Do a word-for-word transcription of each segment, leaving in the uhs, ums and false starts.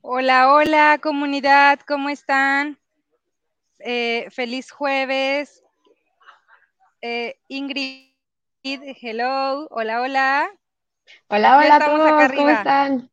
Hola, hola comunidad, ¿cómo están? Eh, feliz jueves. Eh, Ingrid, hello, hola, hola. Hola, Ya hola a estamos acá todos, ¿cómo arriba. están?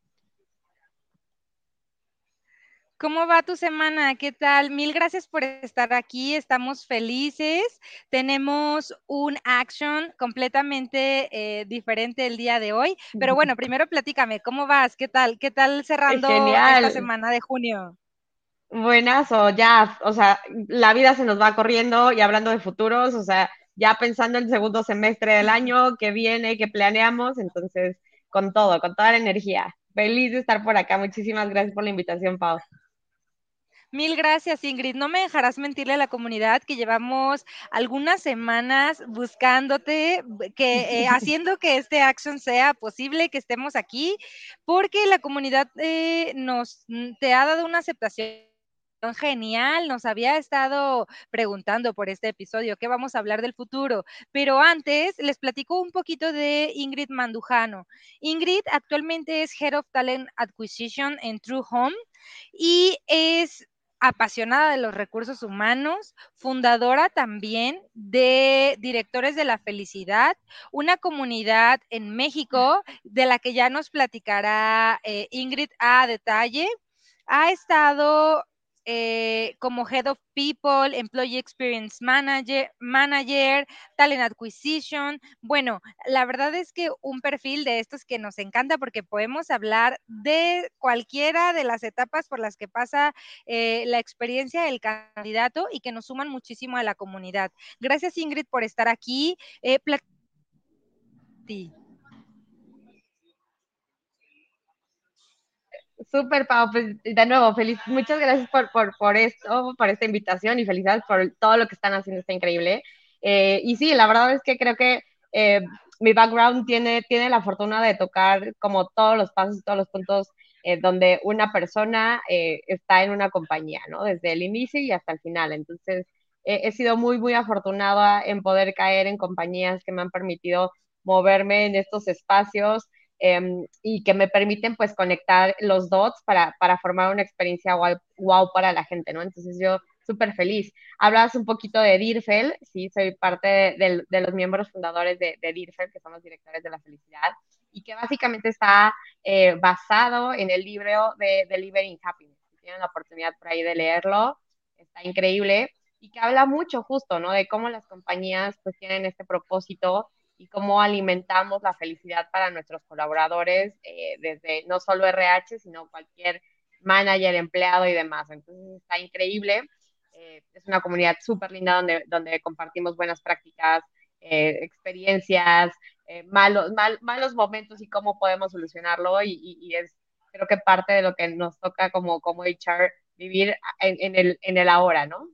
¿Cómo va tu semana? ¿Qué tal? Mil gracias por estar aquí, estamos felices. Tenemos un action completamente eh, diferente el día de hoy. Pero bueno, primero platícame, ¿cómo vas? ¿Qué tal? ¿Qué tal cerrando esta Genial, semana de junio? buenas o ya, o sea, la vida se nos va corriendo y hablando de futuros, o sea, ya pensando en el segundo semestre del año que viene, que planeamos, entonces, con todo, con toda la energía. Feliz de estar por acá, muchísimas gracias por la invitación, Pau. Mil gracias, Ingrid. No me dejarás mentirle a la comunidad que llevamos algunas semanas buscándote, b- que eh, haciendo que este action sea posible, que estemos aquí, porque la comunidad eh, nos mm, te ha dado una aceptación genial, nos había estado preguntando por este episodio, ¿qué vamos a hablar del futuro? Pero antes les platico un poquito de Ingrid Mandujano. Ingrid actualmente es Head of Talent Acquisition en True Home y es apasionada de los recursos humanos, fundadora también de Directores de la Felicidad, una comunidad en México de la que ya nos platicará eh, Ingrid a detalle. Ha estado eh, como Head of People, Employee Experience Manager, Manager, Talent Acquisition. Bueno, la verdad es que un perfil de estos que nos encanta porque podemos hablar de cualquiera de las etapas por las que pasa eh, la experiencia del candidato y que nos suman muchísimo a la comunidad. Gracias, Ingrid, por estar aquí. Eh, Súper, Pau, pues de nuevo, feliz, muchas gracias por, por, por esto, por esta invitación y felicidades por todo lo que están haciendo, está increíble. Eh, y sí, la verdad es que creo que eh, mi background tiene, tiene la fortuna de tocar como todos los pasos, todos los puntos eh, donde una persona eh, está en una compañía, ¿no? Desde el inicio y hasta el final. Entonces, eh, he sido muy, muy afortunada en poder caer en compañías que me han permitido moverme en estos espacios eh, y que me permiten pues conectar los dots para, para formar una experiencia wow, wow para la gente, ¿no? Entonces yo súper feliz. Hablabas un poquito de DIRFEL, sí, soy parte de, de, de los miembros fundadores de, de DIRFEL, que son los directores de la felicidad, y que básicamente está eh, basado en el libro de Delivering Happiness. Si tienen la oportunidad por ahí de leerlo, está increíble, y que habla mucho justo, ¿no? De cómo las compañías pues tienen este propósito y cómo alimentamos la felicidad para nuestros colaboradores, eh, desde no solo R H, sino cualquier manager, empleado y demás. Entonces está increíble. Eh, es una comunidad súper linda donde, donde compartimos buenas prácticas, eh, experiencias, eh, malos, mal, malos momentos y cómo podemos solucionarlo. Y, y, y, es creo que parte de lo que nos toca como, como H R vivir en, en, el, en el ahora, ¿no?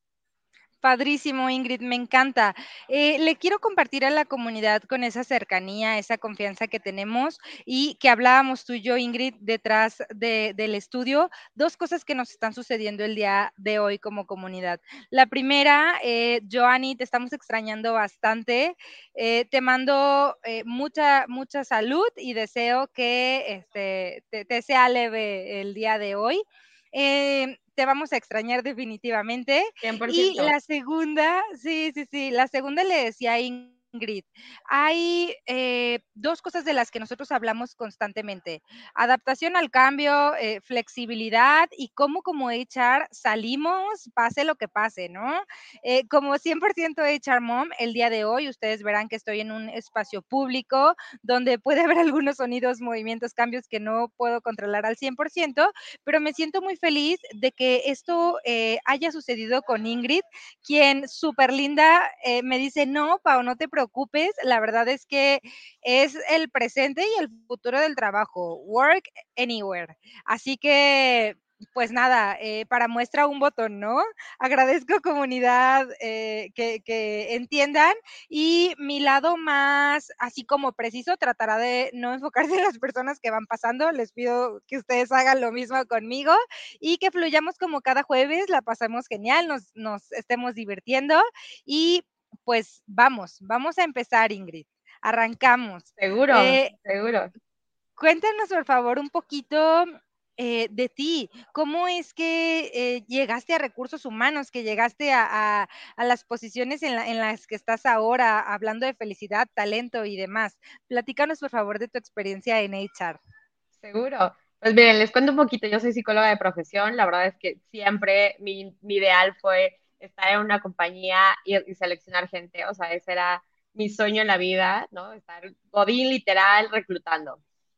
Padrísimo, Ingrid, me encanta. Eh, le quiero compartir a la comunidad con esa cercanía, esa confianza que tenemos y que hablábamos tú y yo, Ingrid, detrás de, del estudio, dos cosas que nos están sucediendo el día de hoy como comunidad. La primera, eh, Joanny, te estamos extrañando bastante. Eh, te mando eh, mucha, mucha salud y deseo que este, te, te sea leve el día de hoy. Eh, te vamos a extrañar definitivamente. cien por Y ciento la segunda, sí, sí, sí, la segunda le decía a Ingrid, hay eh, dos cosas de las que nosotros hablamos constantemente, adaptación al cambio, eh, flexibilidad y cómo como H R salimos, pase lo que pase, ¿no? Eh, como cien por ciento H R Mom, el día de hoy ustedes verán que estoy en un espacio público donde puede haber algunos sonidos, movimientos, cambios que no puedo controlar al cien por ciento, pero me siento muy feliz de que esto eh, haya sucedido con Ingrid, quien súper linda eh, me dice, no, Pau, no te preocupes, la verdad es que es el presente y el futuro del trabajo, work anywhere. Así que pues nada, eh, para muestra un botón, ¿no? Agradezco comunidad eh, que, que, entiendan y mi lado más así como preciso tratará de no enfocarse en las personas que van pasando. Les pido que ustedes hagan lo mismo conmigo y que fluyamos como cada jueves, la pasamos genial, nos, nos estemos divirtiendo y pues vamos, vamos a empezar, Ingrid. Arrancamos. seguro, Eh, seguro. Cuéntanos, por favor, un poquito. eh, de ti. ¿Cómo es que eh, llegaste a recursos humanos, que llegaste a, a- a las posiciones en, la- en las que estás ahora, hablando de felicidad, talento y demás? Platícanos, por favor, de tu experiencia en H R. Seguro. Pues miren, les cuento un poquito. Yo soy psicóloga de profesión. La verdad es que siempre mi, mi ideal fue estar en una compañía y, y seleccionar gente. O sea, ese era mi sueño en la vida, ¿no? Estar godín literal reclutando.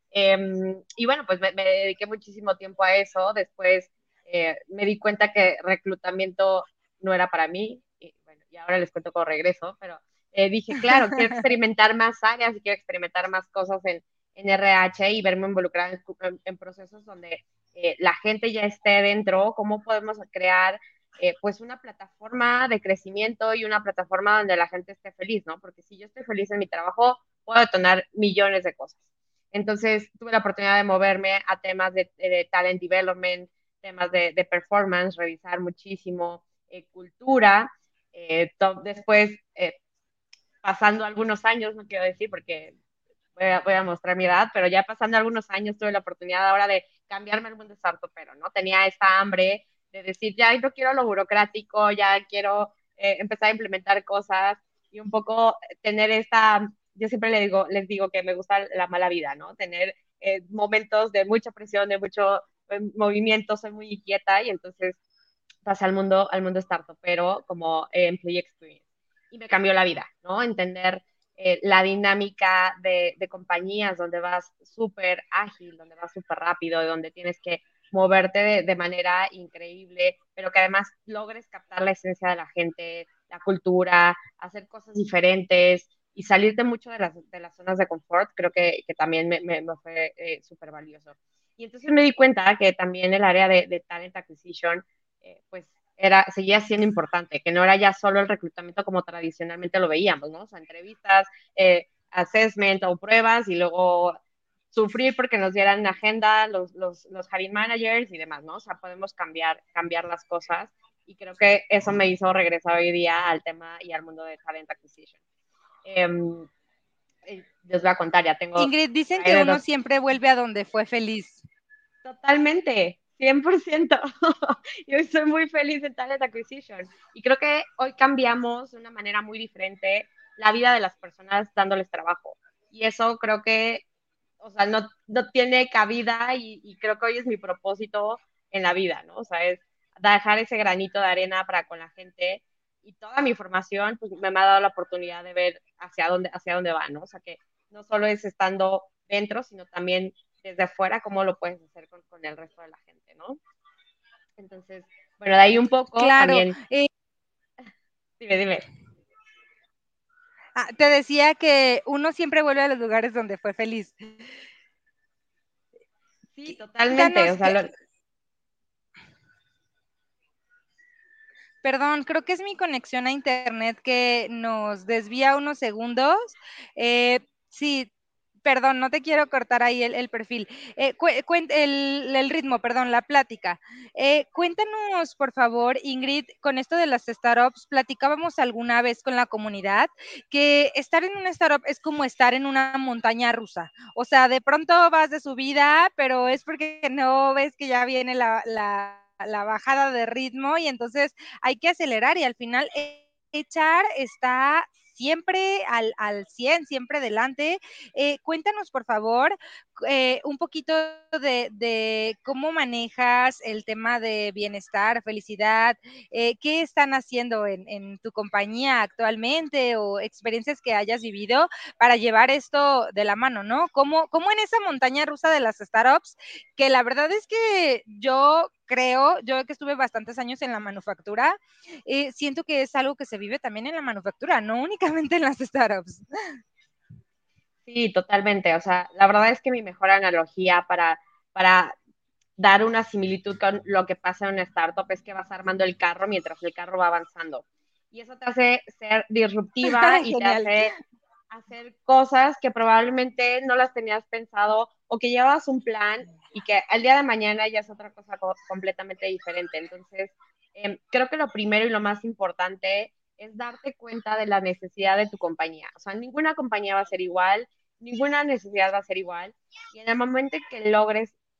Em, y bueno, pues me, me dediqué muchísimo tiempo a eso. Después eh, me di cuenta que reclutamiento no era para mí. Y bueno, y ahora les cuento cómo regreso, pero eh, dije, claro, quiero experimentar más áreas y quiero experimentar más cosas en en R H y verme involucrada en, en, en procesos donde eh, la gente ya esté dentro, cómo podemos crear eh, pues una plataforma de crecimiento y una plataforma donde la gente esté feliz, ¿no? Porque si yo estoy feliz en mi trabajo, puedo detonar millones de cosas. Entonces tuve la oportunidad de moverme a temas de, de talent development, temas de, de performance, revisar muchísimo eh, cultura. Eh, después, eh, pasando algunos años, no quiero decir porque voy a, voy a mostrar mi edad, pero ya pasando algunos años tuve la oportunidad ahora de cambiarme al mundo startup, pero ¿no? Tenía esta hambre de decir, ya no quiero lo burocrático, ya quiero eh, empezar a implementar cosas y un poco tener esta, yo siempre les digo, les digo que me gusta la mala vida, ¿no? Tener eh, momentos de mucha presión, de mucho eh, movimiento, soy muy inquieta y entonces pasé al mundo, al mundo startup, pero como eh, employee experience. Y me cambió la vida, ¿no? Entender eh, la dinámica de, de compañías donde vas súper ágil, donde vas súper rápido, donde tienes que moverte de, de, manera increíble, pero que además logres captar la esencia de la gente, la cultura, hacer cosas diferentes y salirte mucho de las, de las zonas de confort, creo que, que también me, me, me fue eh, súper valioso. Y entonces me di cuenta que también el área de, de talent acquisition eh, pues era, seguía siendo importante, que no era ya solo el reclutamiento como tradicionalmente lo veíamos, ¿no? O sea, entrevistas, eh, assessment o pruebas y luego sufrir porque nos dieran agenda los, los, los hiring managers y demás, ¿no? O sea, podemos cambiar, cambiar las cosas y creo que eso me hizo regresar hoy día al tema y al mundo de talent acquisition. Eh, les voy a contar, ya tengo Ingrid, dicen que de uno dos. siempre vuelve a donde fue feliz. Totalmente, cien por ciento. Yo soy muy feliz en Talent Acquisition. Y creo que hoy cambiamos de una manera muy diferente la vida de las personas dándoles trabajo. Y eso creo que, o sea, no, no tiene cabida y, y creo que hoy es mi propósito en la vida, ¿no? O sea, es dejar ese granito de arena para con la gente y toda mi formación, pues me ha dado la oportunidad de ver hacia dónde, hacia dónde va, ¿no? O sea, que no solo es estando dentro, sino también desde afuera, cómo lo puedes hacer con, con el resto de la gente, ¿no? Entonces, bueno, de ahí un poco Claro, también, eh, dime, dime. ah, te decía que uno siempre vuelve a los lugares donde fue feliz. Sí, Qui- totalmente, o Cuéntanos, sea, que, lo, perdón, creo que es mi conexión a internet que nos desvía unos segundos. Eh, sí, perdón, no te quiero cortar ahí el, el perfil. Eh, cue- cuen- el, el ritmo, perdón, la plática. Eh, cuéntanos, por favor, Ingrid, con esto de las startups, platicábamos alguna vez con la comunidad que estar en una startup es como estar en una montaña rusa. O sea, de pronto vas de subida, pero es porque no ves que ya viene la, la la bajada de ritmo y entonces hay que acelerar y al final echar está siempre al, al cien, siempre delante. Eh, cuéntanos, por favor, eh, un poquito de, de, cómo manejas el tema de bienestar, felicidad, eh, qué están haciendo en, en, tu compañía actualmente o experiencias que hayas vivido para llevar esto de la mano, ¿no? ¿Cómo, cómo en esa montaña rusa de las startups, que la verdad es que yo creo, yo que estuve bastantes años en la manufactura, eh, siento que es algo que se vive también en la manufactura, no únicamente en las startups. sí, totalmente, o sea, la verdad es que mi mejor analogía para, para dar una similitud con lo que pasa en una startup es que vas armando el carro mientras el carro va avanzando. Y eso te hace ser disruptiva y te Genial. hace hacer cosas que probablemente no las tenías pensado o que llevas un plan y que al día de mañana ya es otra cosa co completamente diferente. Entonces, eh, creo que lo primero y lo más importante es darte cuenta de la necesidad de tu compañía. O sea, ninguna compañía va a ser igual, ninguna necesidad va a ser igual. Y en el momento en que logres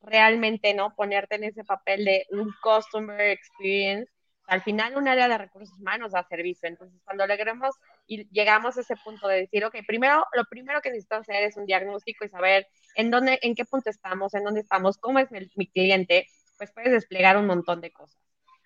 realmente, ¿no? Ponerte en ese papel de un customer experience. Al final, un área de recursos humanos da servicio. Entonces, cuando logremos y llegamos a ese punto de decir, ok, primero, lo primero que necesito hacer es un diagnóstico y saber en dónde, en qué punto estamos, en dónde estamos, cómo es mi, mi cliente, pues puedes desplegar un montón de cosas.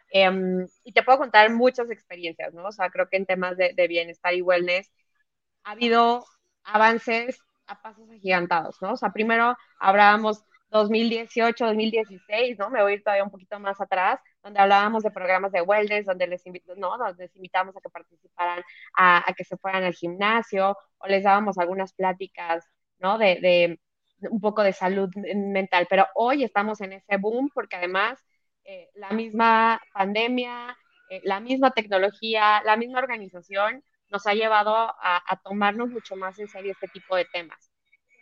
Um, y te puedo contar muchas experiencias, ¿no? O sea, creo que en temas de, de bienestar y wellness ha habido avances a pasos agigantados, ¿no? O sea, primero hablábamos dos mil dieciocho, dos mil dieciséis, ¿no? Me voy a ir todavía un poquito más atrás, donde hablábamos de programas de wellness, donde les, invito, ¿no? Donde les invitamos a que participaran, a, a, que se fueran al gimnasio, o les dábamos algunas pláticas, ¿no? De, de un poco de salud mental. Pero hoy estamos en ese boom porque además eh, la misma pandemia, eh, la misma tecnología, la misma organización nos ha llevado a, a, tomarnos mucho más en serio este tipo de temas.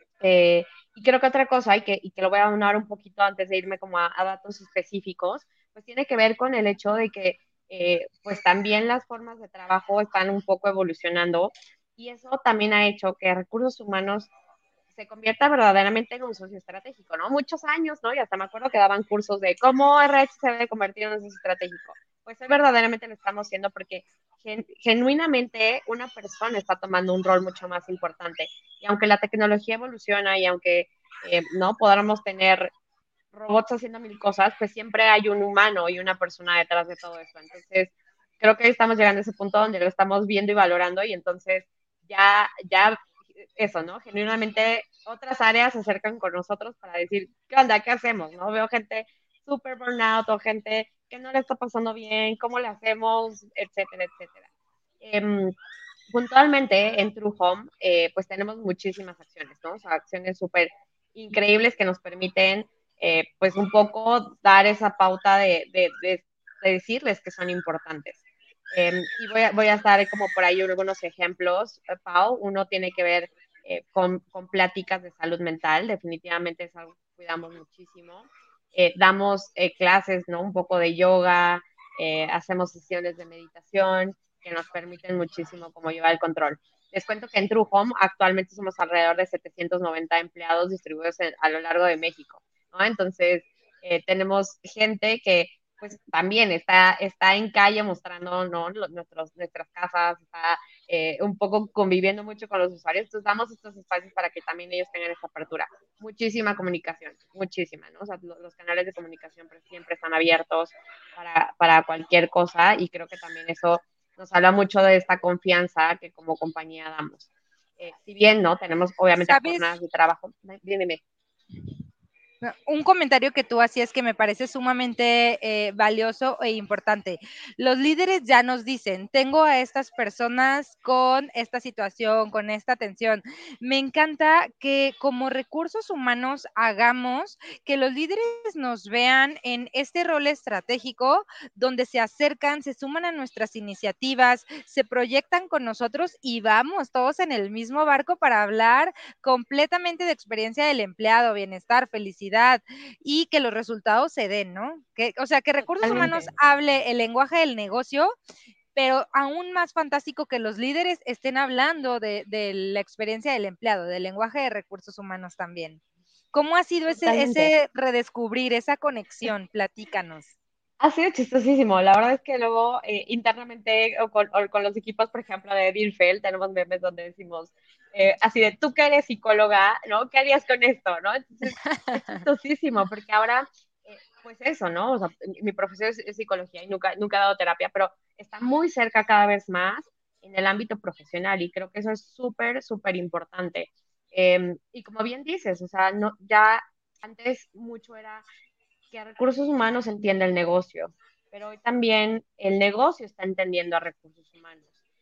Eh, y creo que otra cosa, y que, y que lo voy a aunar un poquito antes de irme como a, a datos específicos, pues tiene que ver con el hecho de que eh, pues también las formas de trabajo están un poco evolucionando y eso también ha hecho que recursos humanos se convierta verdaderamente en un socio estratégico, ¿no? Muchos años, ¿no? Y hasta me acuerdo que daban cursos de cómo R H se debe convertir en un socio estratégico. Pues hoy verdaderamente lo estamos haciendo porque gen genuinamente una persona está tomando un rol mucho más importante. Y aunque la tecnología evoluciona y aunque, eh, ¿no? Podamos tener robots haciendo mil cosas, pues siempre hay un humano y una persona detrás de todo eso. Entonces, creo que estamos llegando a ese punto donde lo estamos viendo y valorando y entonces ya, ya eso, ¿no? Genuinamente otras áreas se acercan con nosotros para decir, ¿qué onda? ¿Qué hacemos? ¿No? Veo gente súper burnout o gente que no le está pasando bien, ¿cómo le hacemos? Etcétera, etcétera. Eh, puntualmente en True Home, eh, pues tenemos muchísimas acciones, ¿no? O sea, acciones súper increíbles que nos permiten, eh, pues un poco dar esa pauta de, de, de, de decirles que son importantes. Eh, y voy a, voy a dar como por ahí algunos ejemplos, eh, Pau. Uno tiene que ver eh, con, con pláticas de salud mental, definitivamente es algo que cuidamos muchísimo. Eh, damos eh, clases, ¿no? Un poco de yoga, eh, hacemos sesiones de meditación que nos permiten muchísimo como llevar el control. Les cuento que en True Home actualmente somos alrededor de setecientos noventa empleados distribuidos en, a lo largo de México, ¿no? Entonces, eh, tenemos gente que pues también está, está en calle mostrando, ¿no? Nuestros, nuestras casas, está eh, un poco conviviendo mucho con los usuarios, entonces damos estos espacios para que también ellos tengan esa apertura. Muchísima comunicación, muchísima, ¿no? O sea, los canales de comunicación siempre están abiertos para, para cualquier cosa y creo que también eso nos habla mucho de esta confianza que como compañía damos. Eh, si bien, ¿no? Tenemos obviamente ¿Sabes? jornadas de trabajo. Dime, dime. Un comentario que tú hacías que me parece sumamente eh, valioso e importante. Los líderes ya nos dicen, tengo a estas personas con esta situación, con esta atención. Me encanta que como recursos humanos hagamos que los líderes nos vean en este rol estratégico donde se acercan, se suman a nuestras iniciativas, se proyectan con nosotros y vamos todos en el mismo barco para hablar completamente de experiencia del empleado, bienestar, felicidad y que los resultados se den, ¿no? Que, o sea, que recursos humanos Totalmente. hable el lenguaje del negocio, pero aún más fantástico que los líderes estén hablando de, de la experiencia del empleado, del lenguaje de recursos humanos también. ¿Cómo ha sido ese, Totalmente. ese redescubrir, esa conexión? Platícanos. Ha sido chistosísimo. La verdad es que luego eh, internamente o con, o con, los equipos, por ejemplo, de Deerfield, tenemos memes donde decimos eh, así de, tú que eres psicóloga, ¿no? ¿Qué harías con esto, no? Entonces, es chistosísimo porque ahora, eh, pues eso, ¿no? O sea, mi profesión es, es psicología y nunca, nunca he dado terapia, pero está muy cerca cada vez más en el ámbito profesional y creo que eso es súper, súper importante. Eh, y como bien dices, o sea, no, ya antes mucho era que a recursos humanos entiende el negocio, pero hoy también el negocio está entendiendo a recursos humanos.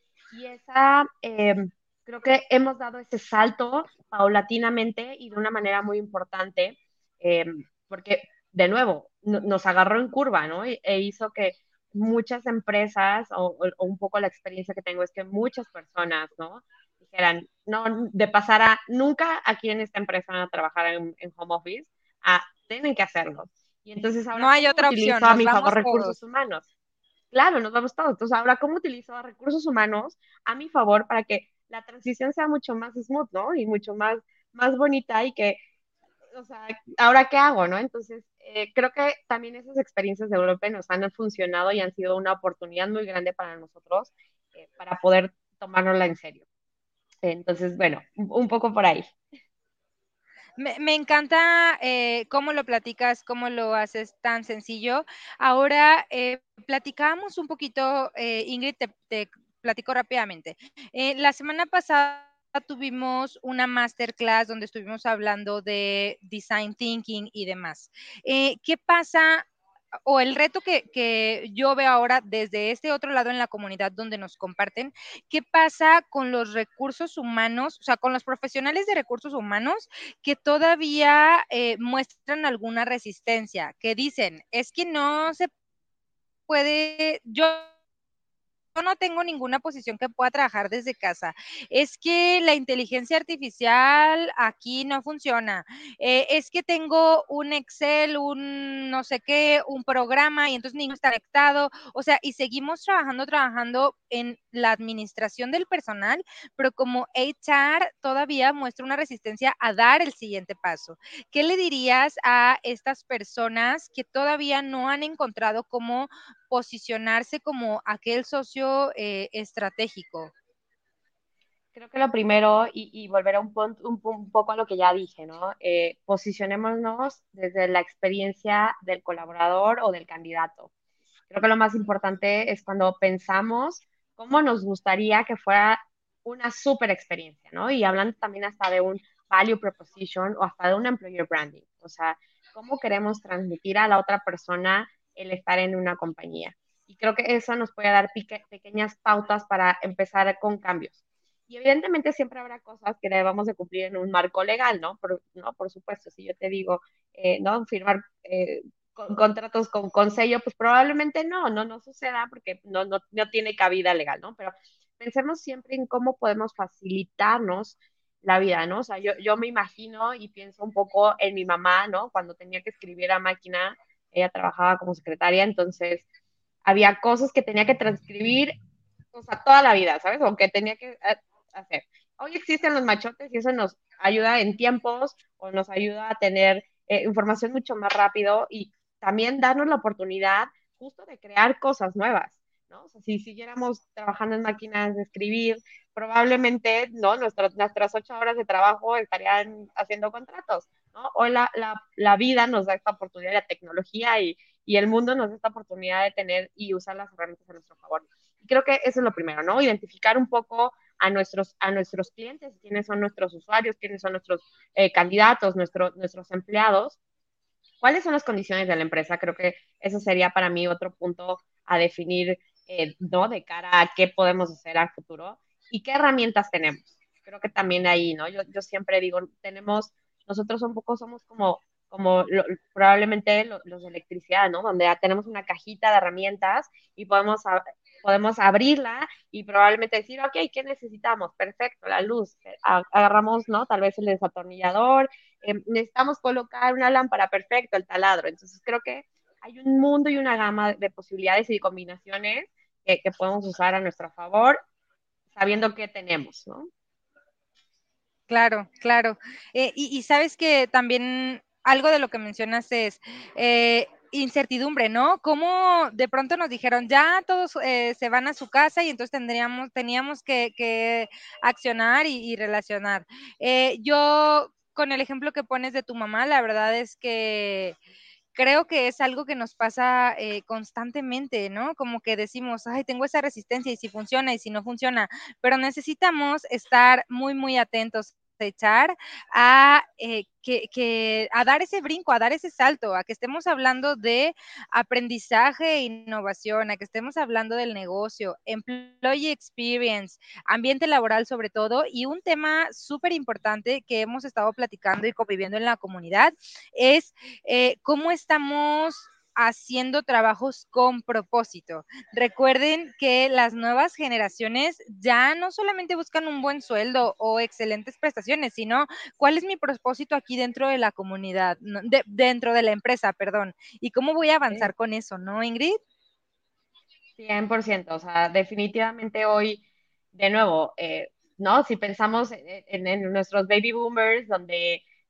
Y esa, eh, creo que hemos dado ese salto paulatinamente y de una manera muy importante, eh, porque de nuevo no, nos agarró en curva, ¿no? E, e hizo que muchas empresas, o, o, un poco la experiencia que tengo es que muchas personas, ¿no? Dijeran, no, de pasar a nunca aquí en esta empresa van a trabajar en, en home office, a tienen que hacerlo. Y entonces No ahora, hay ¿cómo otra utilizo opción, a nos mi vamos favor recursos todos. humanos? Claro, nos vamos todos. Entonces ahora, ¿cómo utilizo a recursos humanos a mi favor para que la transición sea mucho más smooth, ¿no? Y mucho más, más bonita y que o sea, ¿ahora qué hago, no? Entonces, eh, creo que también esas experiencias de Europa nos han funcionado y han sido una oportunidad muy grande para nosotros eh, para poder tomárnosla en serio. Entonces, bueno, un, un poco por ahí. Me, me encanta eh, cómo lo platicas, cómo lo haces tan sencillo. Ahora, eh, platicábamos un poquito, eh, Ingrid, te, te platico rápidamente. Eh, la semana pasada tuvimos una masterclass donde estuvimos hablando de design thinking y demás. Eh, ¿Qué pasa? O el reto que, que yo veo ahora desde este otro lado en la comunidad donde nos comparten, ¿qué pasa con los recursos humanos, o sea, con los profesionales de recursos humanos que todavía eh, muestran alguna resistencia, que dicen, es que no se puede, yo yo no tengo ninguna posición que pueda trabajar desde casa. Es que la inteligencia artificial aquí no funciona. Eh, es que tengo un Excel, un no sé qué, un programa y entonces ninguno está conectado. O sea, y seguimos trabajando, trabajando en la administración del personal, pero como H R todavía muestra una resistencia a dar el siguiente paso. ¿Qué le dirías a estas personas que todavía no han encontrado cómo posicionarse como aquel socio eh, estratégico? Creo que lo primero, y, y volver a un, pon- un, un poco a lo que ya dije, ¿no? Eh, posicionémonos desde la experiencia del colaborador o del candidato. Creo que lo más importante es cuando pensamos cómo nos gustaría que fuera una super experiencia, ¿no? Y hablando también hasta de un value proposition o hasta de un employer branding. O sea, cómo queremos transmitir a la otra persona el estar en una compañía. Y creo que eso nos puede dar pique- pequeñas pautas para empezar con cambios. Y evidentemente siempre habrá cosas que debamos de cumplir en un marco legal, ¿no? Por, ¿no? Por supuesto, si yo te digo, eh, ¿no? Firmar eh, con, contratos con, con sello, pues probablemente no, no, no suceda porque no, no, no tiene cabida legal, ¿no? Pero pensemos siempre en cómo podemos facilitarnos la vida, ¿no? O sea, yo, yo me imagino y pienso un poco en mi mamá, ¿no? Cuando tenía que escribir a máquina, ella trabajaba como secretaria, entonces había cosas que tenía que transcribir, o sea, toda la vida, ¿sabes? O que tenía que eh, hacer. Hoy existen los machotes y eso nos ayuda en tiempos o nos ayuda a tener eh, información mucho más rápido y también darnos la oportunidad justo de crear cosas nuevas, ¿no? O sea, si siguiéramos trabajando en máquinas de escribir, probablemente, ¿no? Nuestras, nuestras ocho horas de trabajo estarían haciendo contratos, ¿no? Hoy la, la, la vida nos da esta oportunidad, la tecnología y, y el mundo nos da esta oportunidad de tener y usar las herramientas a nuestro favor. Y creo que eso es lo primero, ¿no? Identificar un poco a nuestros, a nuestros clientes, quiénes son nuestros usuarios, quiénes son nuestros eh, candidatos, nuestro, nuestros empleados, cuáles son las condiciones de la empresa. Creo que eso sería para mí otro punto a definir, eh, ¿no? De cara a qué podemos hacer al futuro y qué herramientas tenemos. Creo que también ahí, ¿no? Yo, yo siempre digo, tenemos, nosotros un poco somos como, como lo, probablemente lo, los de electricidad, ¿no? Donde ya tenemos una cajita de herramientas y podemos, a, podemos abrirla y probablemente decir, ok, ¿qué necesitamos? Perfecto, la luz. Agarramos, ¿no? Tal vez el desatornillador, eh, necesitamos colocar una lámpara, perfecto, el taladro. Entonces creo que hay un mundo y una gama de posibilidades y combinaciones que, que podemos usar a nuestro favor, sabiendo qué tenemos, ¿no? Claro, claro. Eh, y, y sabes que también algo de lo que mencionas es eh, incertidumbre, ¿no? Como de pronto nos dijeron, ya todos eh, se van a su casa y entonces tendríamos, teníamos que, que accionar y, y relacionar. Eh, yo, con el ejemplo que pones de tu mamá, la verdad es que creo que es algo que nos pasa eh, constantemente, ¿no? Como que decimos, ay, tengo esa resistencia y si funciona y si no funciona, pero necesitamos estar muy, muy atentos echar a eh, que, que a dar ese brinco, a dar ese salto, a que estemos hablando de aprendizaje e innovación, a que estemos hablando del negocio, employee experience, ambiente laboral sobre todo, y un tema súper importante que hemos estado platicando y conviviendo en la comunidad es eh, cómo estamos haciendo trabajos con propósito. Recuerden que las nuevas generaciones ya no solamente buscan un buen sueldo o excelentes prestaciones, sino cuál es mi propósito aquí dentro de la comunidad, no, de, dentro de la empresa, perdón, y cómo voy a Sí. avanzar con eso, ¿no, Ingrid? Cien por ciento, o sea, definitivamente hoy, de nuevo, eh, ¿no? Si pensamos en, en- en nuestros baby boomers, donde,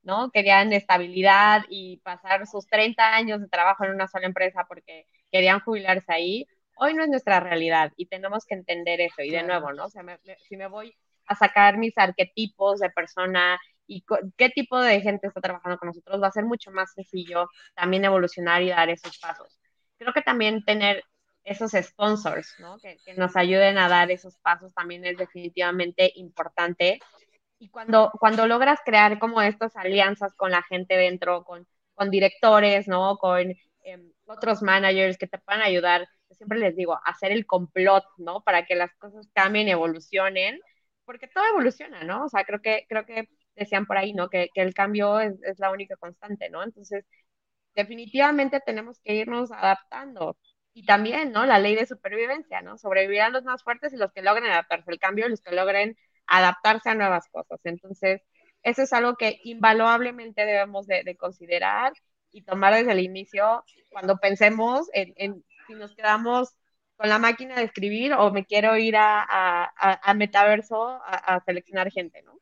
¿no? Querían estabilidad y pasar sus treinta años de trabajo en una sola empresa porque querían jubilarse ahí. Hoy no es nuestra realidad y tenemos que entender eso. Y de Claro. nuevo, ¿no? O sea, me- me- si me voy a sacar mis arquetipos de persona y co- qué tipo de gente está trabajando con nosotros, va a ser mucho más sencillo también evolucionar y dar esos pasos. Creo que también tener esos sponsors, ¿no? Que, que nos ayuden a dar esos pasos también es definitivamente importante. Y cuando, cuando logras crear como estas alianzas con la gente dentro, con, con directores, ¿no? Con eh, otros managers que te puedan ayudar, yo siempre les digo, hacer el complot, ¿no? Para que las cosas cambien, evolucionen, porque todo evoluciona, ¿no? O sea, creo que, creo que decían por ahí, ¿no? Que, que el cambio es, es la única constante, ¿no? Entonces, definitivamente tenemos que irnos adaptando. Y también, ¿no? La ley de supervivencia, ¿no? Sobrevivirán los más fuertes y los que logren adaptarse al cambio, los que logren adaptarse a nuevas cosas. Entonces, eso es algo que invaluablemente debemos de, de considerar y tomar desde el inicio cuando pensemos en, en si nos quedamos con la máquina de escribir o me quiero ir a, a, a, a metaverso a, a seleccionar gente, ¿no?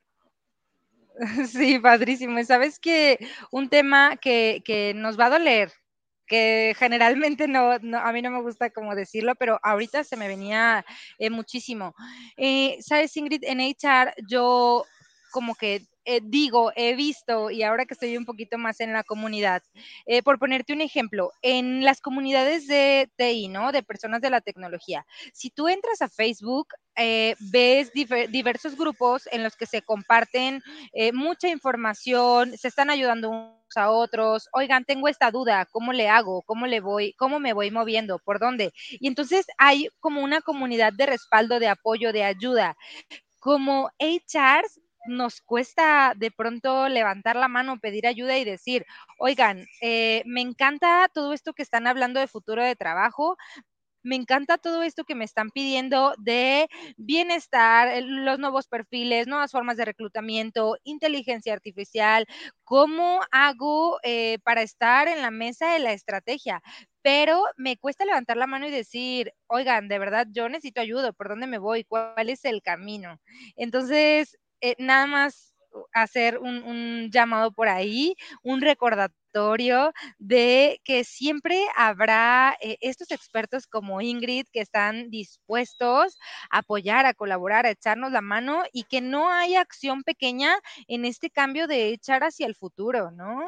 Sí, padrísimo. Y sabes que un tema que, que nos va a doler, que generalmente no, no, a mí no me gusta como decirlo, pero ahorita se me venía eh, muchísimo. Eh, Sabes, Ingrid, en H R yo como que eh, digo, he visto, y ahora que estoy un poquito más en la comunidad, eh, por ponerte un ejemplo, en las comunidades de T I, ¿no? De personas de la tecnología, si tú entras a Facebook, eh, ves difer diversos grupos en los que se comparten eh, mucha información, se están ayudando unos a otros, oigan, tengo esta duda, ¿cómo le hago? ¿Cómo le voy? ¿Cómo me voy moviendo? ¿Por dónde? Y entonces hay como una comunidad de respaldo, de apoyo, de ayuda. Como H Rs nos cuesta de pronto levantar la mano, pedir ayuda y decir, oigan, eh, me encanta todo esto que están hablando de futuro de trabajo, me encanta todo esto que me están pidiendo de bienestar, eh, los nuevos perfiles, nuevas formas de reclutamiento, inteligencia artificial, cómo hago eh, para estar en la mesa de la estrategia. Pero me cuesta levantar la mano y decir, oigan, de verdad, yo necesito ayuda, ¿por dónde me voy? ¿Cuál es el camino? Entonces, eh, nada más hacer un, un llamado por ahí, un recordatorio de que siempre habrá eh, estos expertos como Ingrid que están dispuestos a apoyar, a colaborar, a echarnos la mano y que no hay acción pequeña en este cambio de echar hacia el futuro, ¿no?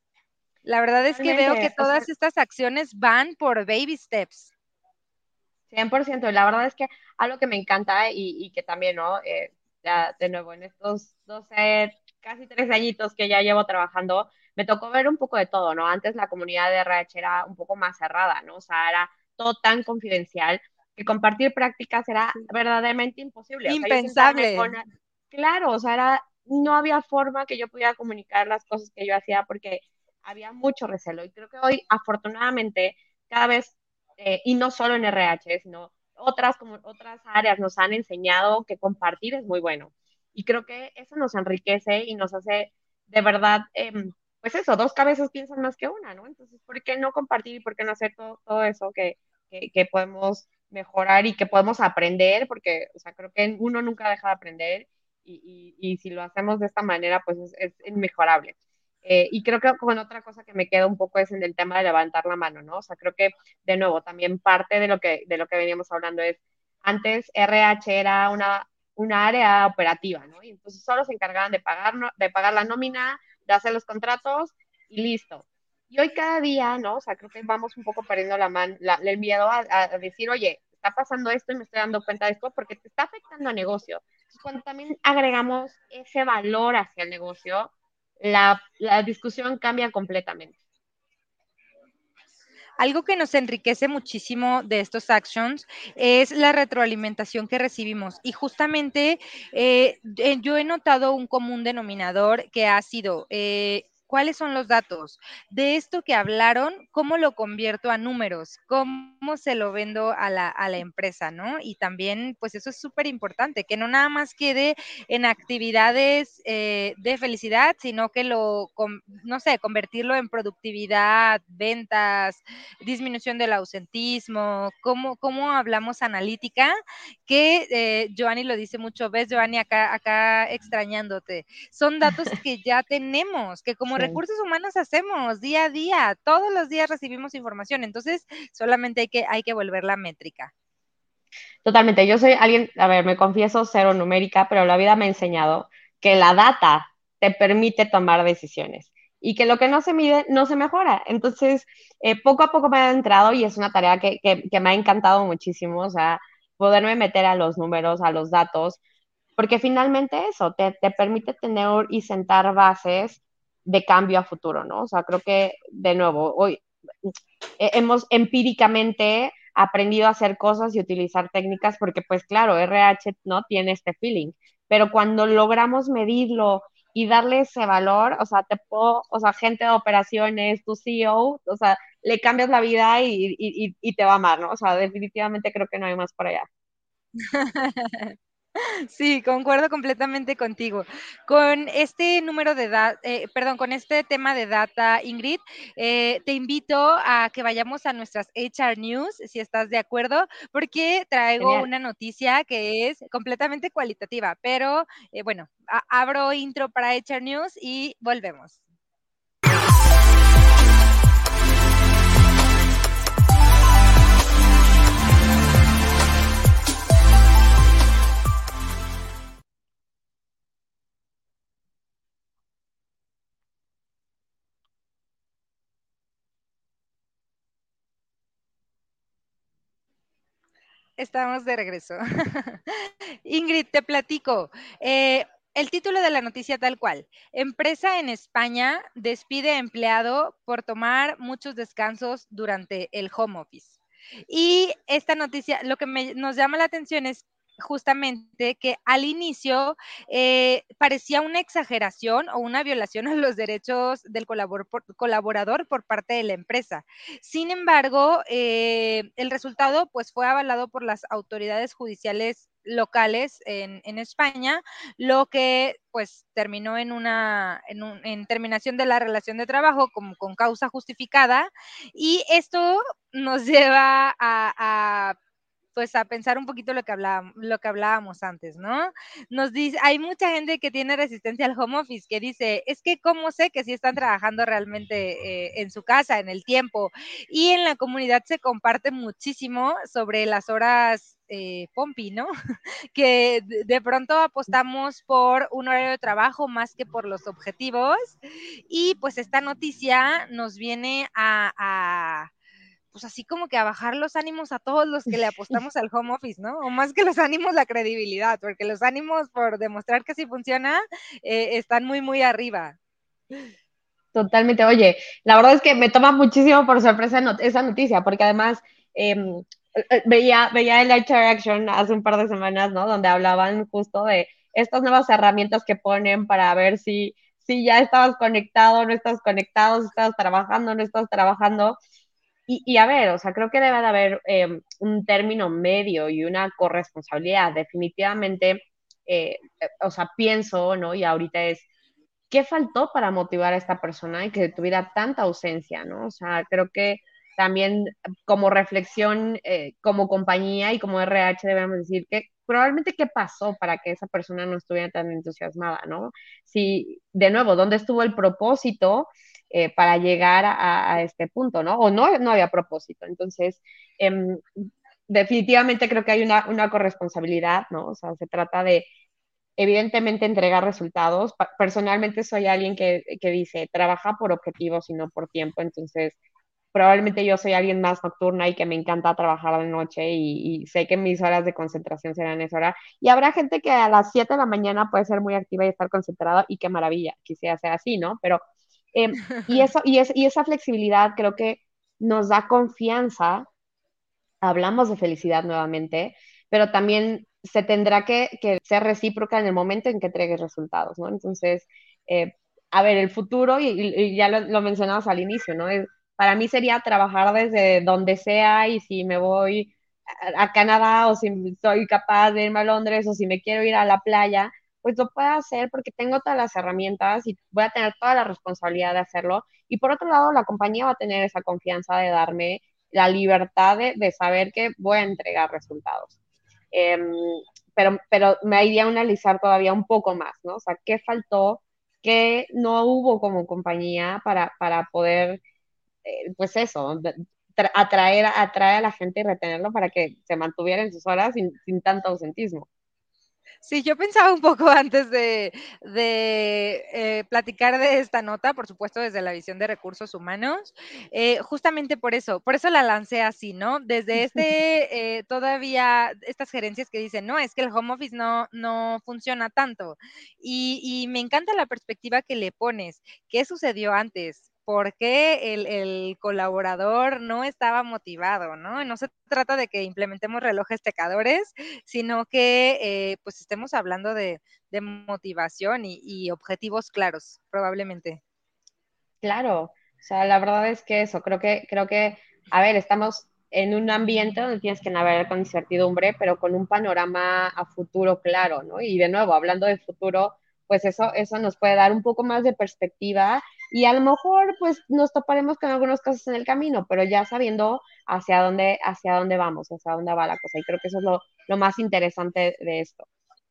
La verdad es que veo que Totalmente. O sea, todas estas acciones van por baby steps. cien por ciento. Y la verdad es que algo que me encanta y, y que también, ¿no? Eh, ya de nuevo, en estos doce casi tres añitos que ya llevo trabajando, me tocó ver un poco de todo, ¿no? Antes la comunidad de R H era un poco más cerrada, ¿no? O sea, era todo tan confidencial que compartir prácticas era Sí. verdaderamente imposible. O sea, yo sentarme Impensable. con, claro, o sea, era, no había forma que yo pudiera comunicar las cosas que yo hacía porque había mucho recelo. Y creo que hoy, afortunadamente, cada vez eh, y no solo en R H, sino otras, como, otras áreas nos han enseñado que compartir es muy bueno. Y creo que eso nos enriquece y nos hace de verdad, eh, pues eso, dos cabezas piensan más que una, ¿no? Entonces, ¿por qué no compartir y por qué no hacer todo, todo eso que, que, que podemos mejorar y que podemos aprender? Porque, o sea, creo que uno nunca deja de aprender y, y, y si lo hacemos de esta manera, pues es, es inmejorable. Eh, y creo que con otra cosa que me queda un poco es en el tema de levantar la mano, ¿no? O sea, creo que de nuevo, también parte de lo que, de lo que veníamos hablando es, antes R H era una, una área operativa, ¿no? Y entonces solo se encargaban de pagar, no- de pagar la nómina, de hacer los contratos y listo. Y hoy cada día, ¿no? O sea, creo que vamos un poco perdiendo la man, la- el miedo a, a decir, oye, está pasando esto y me estoy dando cuenta de esto porque te está afectando al negocio. Entonces, cuando también agregamos ese valor hacia el negocio, la, la discusión cambia completamente. Algo que nos enriquece muchísimo de estos actions es la retroalimentación que recibimos. Y justamente eh, eh, yo he notado un común denominador que ha sido, eh, ¿cuáles son los datos? De esto que hablaron, ¿cómo lo convierto a números? ¿Cómo se lo vendo a la, a la empresa, no? Y también, pues eso es súper importante, que no nada más quede en actividades eh, de felicidad, sino que lo, com- no sé, convertirlo en productividad, ventas, disminución del ausentismo, cómo, cómo hablamos analítica, que eh, Joanny lo dice mucho, ves, Joanny, acá, acá extrañándote. Son datos que ya tenemos, que como Sí. recursos humanos hacemos día a día, todos los días recibimos información, entonces solamente hay que, hay que volver la métrica. Totalmente. Yo soy alguien, a ver, me confieso cero numérica, pero la vida me ha enseñado que la data te permite tomar decisiones y que lo que no se mide no se mejora. Entonces, eh, poco a poco me he entrado y es una tarea que, que, que me ha encantado muchísimo, o sea, poderme meter a los números, a los datos, porque finalmente eso te, te permite tener y sentar bases de cambio a futuro, ¿no? O sea, creo que, de nuevo, hoy eh, hemos empíricamente aprendido a hacer cosas y utilizar técnicas porque, pues claro, R H no tiene este feeling, pero cuando logramos medirlo y darle ese valor, o sea, te puedo, o sea, gente de operaciones, tu C E O, o sea, le cambias la vida y, y, y, y te va a amar, ¿no? O sea, definitivamente creo que no hay más por allá. Sí, concuerdo completamente contigo. Con este número de data, eh, perdón, con este tema de data, Ingrid, eh, te invito a que vayamos a nuestras H R News, si estás de acuerdo, porque traigo Genial. una noticia que es completamente cualitativa, pero eh, bueno, a- abro intro para H R News y volvemos. Estamos de regreso. Ingrid, te platico. Eh, el título de la noticia tal cual. Empresa en España despide empleado por tomar muchos descansos durante el home office. Y esta noticia, lo que me, nos llama la atención es justamente que al inicio eh, parecía una exageración o una violación a los derechos del colabor por, colaborador por parte de la empresa. Sin embargo, eh, el resultado pues fue avalado por las autoridades judiciales locales en, en España, lo que pues terminó en una en, un, en terminación de la relación de trabajo como con causa justificada y esto nos lleva a, a pues a pensar un poquito lo que hablábamos, lo que hablábamos antes, ¿no? Nos dice, hay mucha gente que tiene resistencia al home office, que dice, es que cómo sé que sí están trabajando realmente eh, en su casa, en el tiempo. Y en la comunidad se comparte muchísimo sobre las horas eh, Pompi, ¿no? Que de, de pronto apostamos por un horario de trabajo más que por los objetivos. Y pues esta noticia nos viene a, a pues así como que a bajar los ánimos a todos los que le apostamos al home office, ¿no? O más que los ánimos, la credibilidad, porque los ánimos por demostrar que sí funciona eh, están muy, muy arriba. Totalmente. Oye, la verdad es que me toma muchísimo por sorpresa not esa noticia, porque además eh, veía, veía el H R Action hace un par de semanas, ¿no? Donde hablaban justo de estas nuevas herramientas que ponen para ver si, si ya estabas conectado, no estás conectado, si estabas trabajando, no estás trabajando. Y, y a ver, o sea, creo que debe de haber eh, un término medio y una corresponsabilidad. Definitivamente, eh, o sea, pienso, ¿no? Y ahorita es ¿qué faltó para motivar a esta persona y que tuviera tanta ausencia, ¿no? O sea, creo que también como reflexión, eh, como compañía y como R H debemos decir que probablemente qué pasó para que esa persona no estuviera tan entusiasmada, ¿no? Si, de nuevo, ¿dónde estuvo el propósito eh, para llegar a, a, este punto, ¿no? O no, no había propósito. Entonces, eh, definitivamente creo que hay una, una corresponsabilidad, ¿no? O sea, se trata de evidentemente entregar resultados. Personalmente soy alguien que, que dice, trabaja por objetivos y no por tiempo, entonces probablemente yo soy alguien más nocturna y que me encanta trabajar de noche y, y sé que mis horas de concentración serán esa hora. Y habrá gente que a las siete de la mañana puede ser muy activa y estar concentrada y qué maravilla, quisiera ser así, ¿no? Pero, eh, y, eso, y, es, y esa flexibilidad creo que nos da confianza, hablamos de felicidad nuevamente, pero también se tendrá que, que ser recíproca en el momento en que entregues resultados, ¿no? Entonces, eh, a ver, el futuro, y, y ya lo, lo mencionamos al inicio, ¿no? Es- para mí sería trabajar desde donde sea y si me voy a, a Canadá o si soy capaz de irme a Londres o si me quiero ir a la playa, pues lo puedo hacer porque tengo todas las herramientas y voy a tener toda la responsabilidad de hacerlo. Y por otro lado, la compañía va a tener esa confianza de darme la libertad de, de saber que voy a entregar resultados. Em, pero, pero me iría a analizar todavía un poco más, ¿no? O sea, ¿qué faltó? ¿Qué no hubo como compañía para, para poder, eh, pues eso, de- tra- atraer, atraer a la gente y retenerlo para que se mantuviera en sus horas sin, sin tanto ausentismo? Sí, yo pensaba un poco antes de de, eh, platicar de esta nota, por supuesto, desde la visión de recursos humanos, eh, justamente por eso, por eso la lancé así, ¿no? Desde este, eh, todavía estas gerencias que dicen: "No, es que el home office no no funciona tanto". Y y me encanta la perspectiva que le pones. ¿Qué sucedió antes? ¿Por qué el el colaborador no estaba motivado, no? No se trata de que implementemos relojes checadores, sino que, eh, pues, estemos hablando de de motivación y y objetivos claros, probablemente. Claro, o sea, la verdad es que eso, creo que, creo que, a ver, estamos en un ambiente donde tienes que navegar con incertidumbre, pero con un panorama a futuro claro, ¿no? Y de nuevo, hablando de futuro, pues eso, eso nos puede dar un poco más de perspectiva y a lo mejor, pues, nos toparemos con algunas cosas en el camino, pero ya sabiendo hacia dónde, hacia dónde vamos, hacia dónde va la cosa. Y creo que eso es lo, lo más interesante de esto.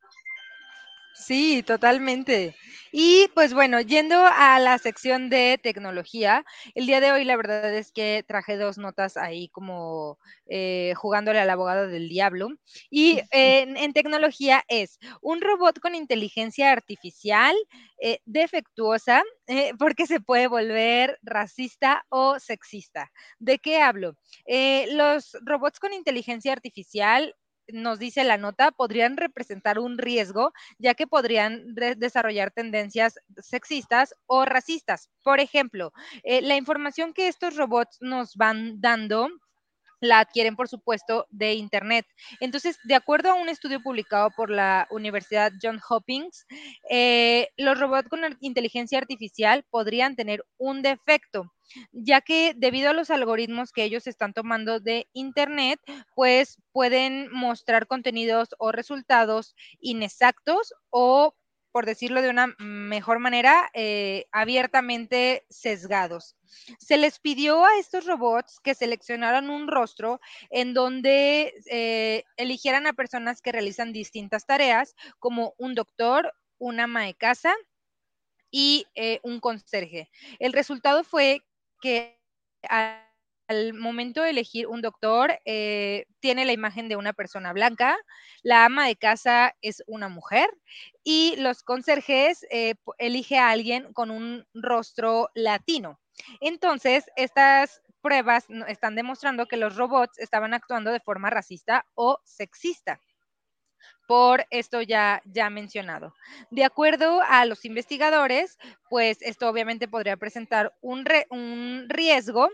Sí, totalmente. Y pues bueno, yendo a la sección de tecnología, el día de hoy la verdad es que traje dos notas ahí como, eh, jugándole al abogado del diablo. Y en en tecnología es un robot con inteligencia artificial, eh, defectuosa, eh, porque se puede volver racista o sexista. ¿De qué hablo? Eh, los robots con inteligencia artificial, nos dice la nota, podrían representar un riesgo ya que podrían de- desarrollar tendencias sexistas o racistas. Por ejemplo, eh, la información que estos robots nos van dando la adquieren, por supuesto, de Internet. Entonces, de acuerdo a un estudio publicado por la Universidad Johns Hopkins, eh, los robots con ar- inteligencia artificial podrían tener un defecto, ya que debido a los algoritmos que ellos están tomando de Internet, pues pueden mostrar contenidos o resultados inexactos o, por decirlo de una mejor manera, eh, abiertamente sesgados. Se les pidió a estos robots que seleccionaran un rostro en donde eh, eligieran a personas que realizan distintas tareas, como un doctor, una ama de casa y eh, un conserje. El resultado fue que a- al momento de elegir un doctor, eh, tiene la imagen de una persona blanca, la ama de casa es una mujer y los conserjes eh, po- elige a alguien con un rostro latino. Entonces, estas pruebas no- están demostrando que los robots estaban actuando de forma racista o sexista por esto ya, ya mencionado. De acuerdo a los investigadores, pues esto obviamente podría presentar un, re- un riesgo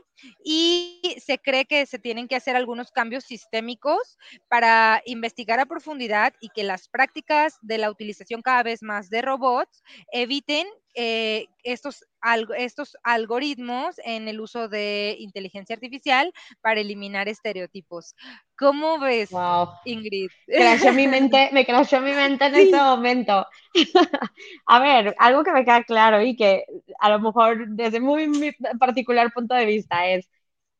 y se cree que se tienen que hacer algunos cambios sistémicos para investigar a profundidad y que las prácticas de la utilización cada vez más de robots eviten eh, estos, alg- estos algoritmos en el uso de inteligencia artificial para eliminar estereotipos. ¿Cómo ves, Wow. Ingrid? Crashó mi mente, me crashó mi mente en ese Sí, momento. A ver, algo que me queda claro y que a lo mejor desde muy mi particular punto de vista es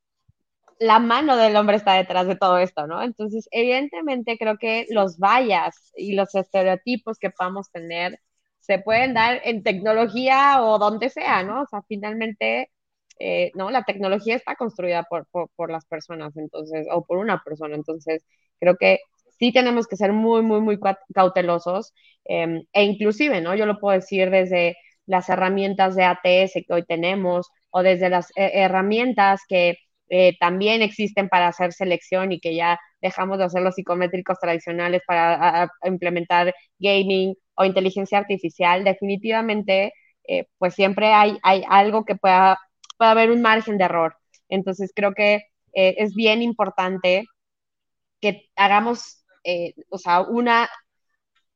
la mano del hombre está detrás de todo esto, ¿no? Entonces, evidentemente creo que sí, los bias y los estereotipos que podamos tener se pueden dar en tecnología o donde sea, ¿no? O sea, finalmente, eh, ¿no? La tecnología está construida por, por, por las personas, entonces, o por una persona, entonces, creo que sí tenemos que ser muy, muy, muy cau- cautelosos, eh, e inclusive, ¿no? Yo lo puedo decir desde las herramientas de A T S que hoy tenemos o desde las eh, herramientas que eh, también existen para hacer selección y que ya dejamos de hacer los psicométricos tradicionales para a, a implementar gaming o inteligencia artificial, definitivamente, eh, pues siempre hay, hay algo que pueda, pueda haber un margen de error. Entonces creo que eh, es bien importante que hagamos, eh, o sea, una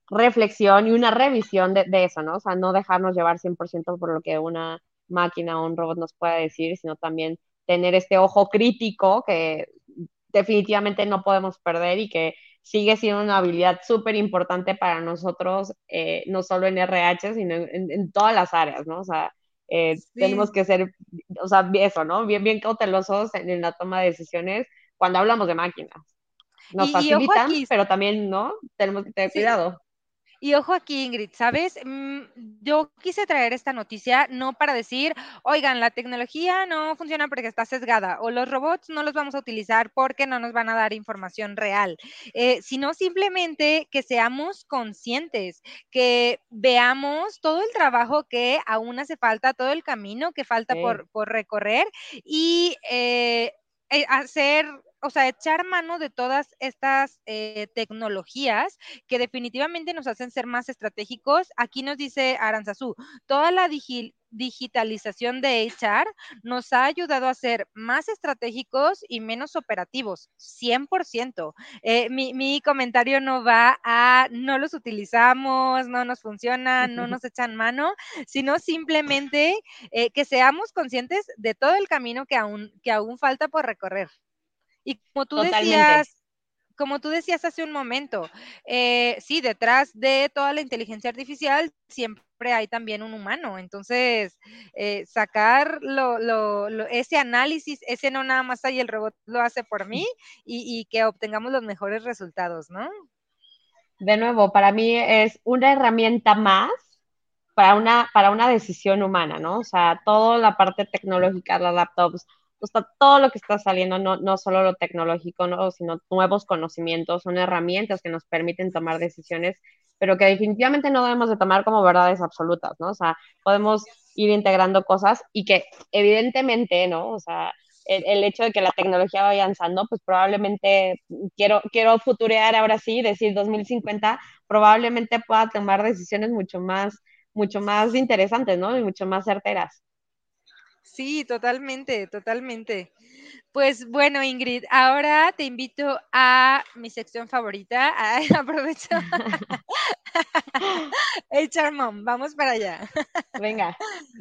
reflexión y una revisión de, de eso, ¿no? O sea, no dejarnos llevar cien por ciento por lo que una máquina o un robot nos pueda decir, sino también tener este ojo crítico que definitivamente no podemos perder y que sigue siendo una habilidad súper importante para nosotros, eh, no solo en R H, sino en, en, todas las áreas, ¿no? O sea, eh, tenemos Sí. que ser, o sea, eso, ¿no? Bien, bien cautelosos en, en la toma de decisiones cuando hablamos de máquinas. Nos Y, y ojo facilitan, aquí, pero también, ¿no? Tenemos que tener sí, cuidado. y ojo aquí, Ingrid, ¿sabes? Mm, yo quise traer esta noticia no para decir, oigan, la tecnología no funciona porque está sesgada o los robots no los vamos a utilizar porque no nos van a dar información real, eh, sino simplemente que seamos conscientes, que veamos todo el trabajo que aún hace falta, todo el camino que falta Sí. por, por recorrer y eh, eh, hacer, o sea, echar mano de todas estas eh, tecnologías que definitivamente nos hacen ser más estratégicos. Aquí nos dice Aranzazú, toda la digi digitalización de H R nos ha ayudado a ser más estratégicos y menos operativos, cien por ciento. Eh, mi, mi comentario no va a no los utilizamos, no nos funcionan, no nos echan mano, sino simplemente eh, que seamos conscientes de todo el camino que aún, que aún falta por recorrer. Y como tú Totalmente. decías, como tú decías hace un momento, eh, sí, detrás de toda la inteligencia artificial siempre hay también un humano. Entonces, eh, sacar lo, lo, lo, ese análisis, ese no nada más hay el robot lo hace por mí y, y que obtengamos los mejores resultados, ¿no? De nuevo, para mí es una herramienta más para una, para una decisión humana, ¿no? O sea, toda la parte tecnológica, las laptops, o sea, todo lo que está saliendo, no, no solo lo tecnológico, ¿no? Sino nuevos conocimientos, son herramientas que nos permiten tomar decisiones, pero que definitivamente no debemos de tomar como verdades absolutas, ¿no? O sea, podemos ir integrando cosas y que evidentemente, ¿no? O sea, el, el hecho de que la tecnología vaya avanzando, pues probablemente quiero, quiero futurear ahora sí, decir dos mil cincuenta, probablemente pueda tomar decisiones mucho más mucho más interesantes, ¿no? Y mucho más certeras. Sí, totalmente, totalmente. Pues bueno, Ingrid, ahora te invito a mi sección favorita. Ay, aprovecho. H R Mom, vamos para allá. Venga.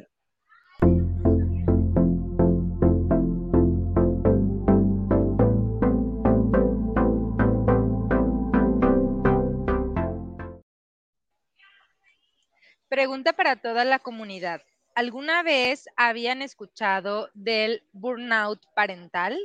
Pregunta para toda la comunidad. ¿Alguna vez habían escuchado del burnout parental?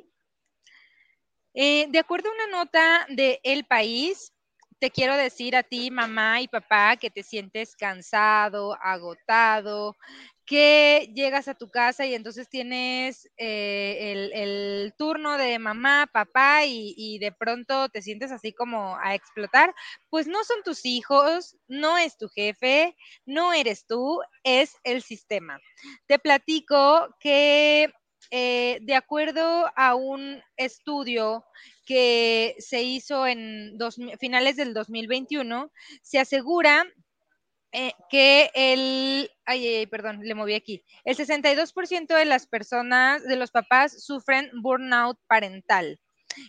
Eh, de acuerdo a una nota de El País, te quiero decir a ti, mamá y papá, que te sientes cansado, agotado, que llegas a tu casa y entonces tienes eh, el, el, turno de mamá, papá y, y de pronto te sientes así como a explotar, pues no son tus hijos, no es tu jefe, no eres tú, es el sistema. Te platico que eh, de acuerdo a un estudio que se hizo en dos, finales del dos mil veintiuno, se asegura eh, que el, ay, ay, perdón, le moví aquí, el sesenta y dos por ciento de las personas, de los papás, sufren burnout parental.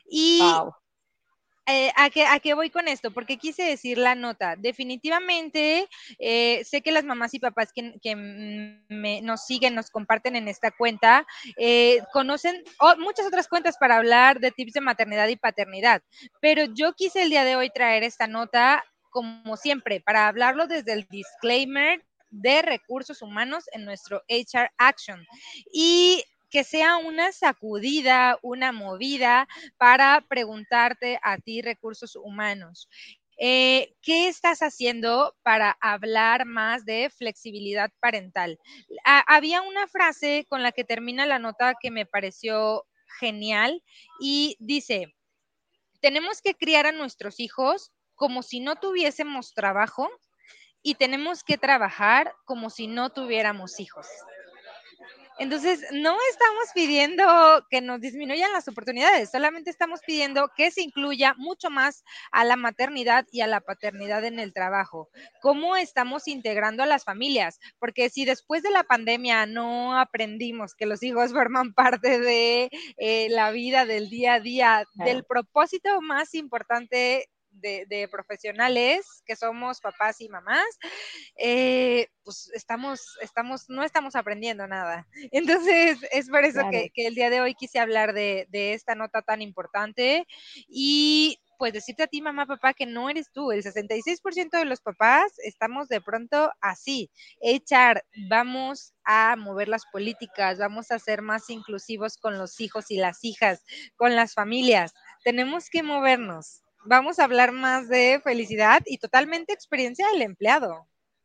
Y Wow. eh, ¿a, qué, ¿A qué voy con esto? Porque quise decir la nota. Definitivamente, eh, sé que las mamás y papás que, que me, nos siguen, nos comparten en esta cuenta, eh, conocen oh, muchas otras cuentas para hablar de tips de maternidad y paternidad, pero yo quise el día de hoy traer esta nota, como siempre, para hablarlo desde el disclaimer de recursos humanos en nuestro H R Action. Y que sea una sacudida, una movida para preguntarte a ti, recursos humanos. Eh, ¿Qué estás haciendo para hablar más de flexibilidad parental? Ah, había una frase con la que termina la nota que me pareció genial y dice, tenemos que criar a nuestros hijos como si no tuviésemos trabajo y tenemos que trabajar como si no tuviéramos hijos. Entonces, no estamos pidiendo que nos disminuyan las oportunidades, solamente estamos pidiendo que se incluya mucho más a la maternidad y a la paternidad en el trabajo. ¿Cómo estamos integrando a las familias? Porque si después de la pandemia no aprendimos que los hijos forman parte de eh, la vida del día a día, del Claro. propósito más importante de, de profesionales que somos papás y mamás, eh, pues estamos, estamos, no estamos aprendiendo nada. Entonces, es por eso Claro. que, que el día de hoy quise hablar de, de esta nota tan importante y pues decirte a ti, mamá, papá, que no eres tú. El sesenta y seis por ciento de los papás estamos de pronto así. Echar, vamos a mover las políticas, vamos a ser más inclusivos con los hijos y las hijas, con las familias. Tenemos que movernos. Vamos a hablar más de felicidad y totalmente experiencia del empleado.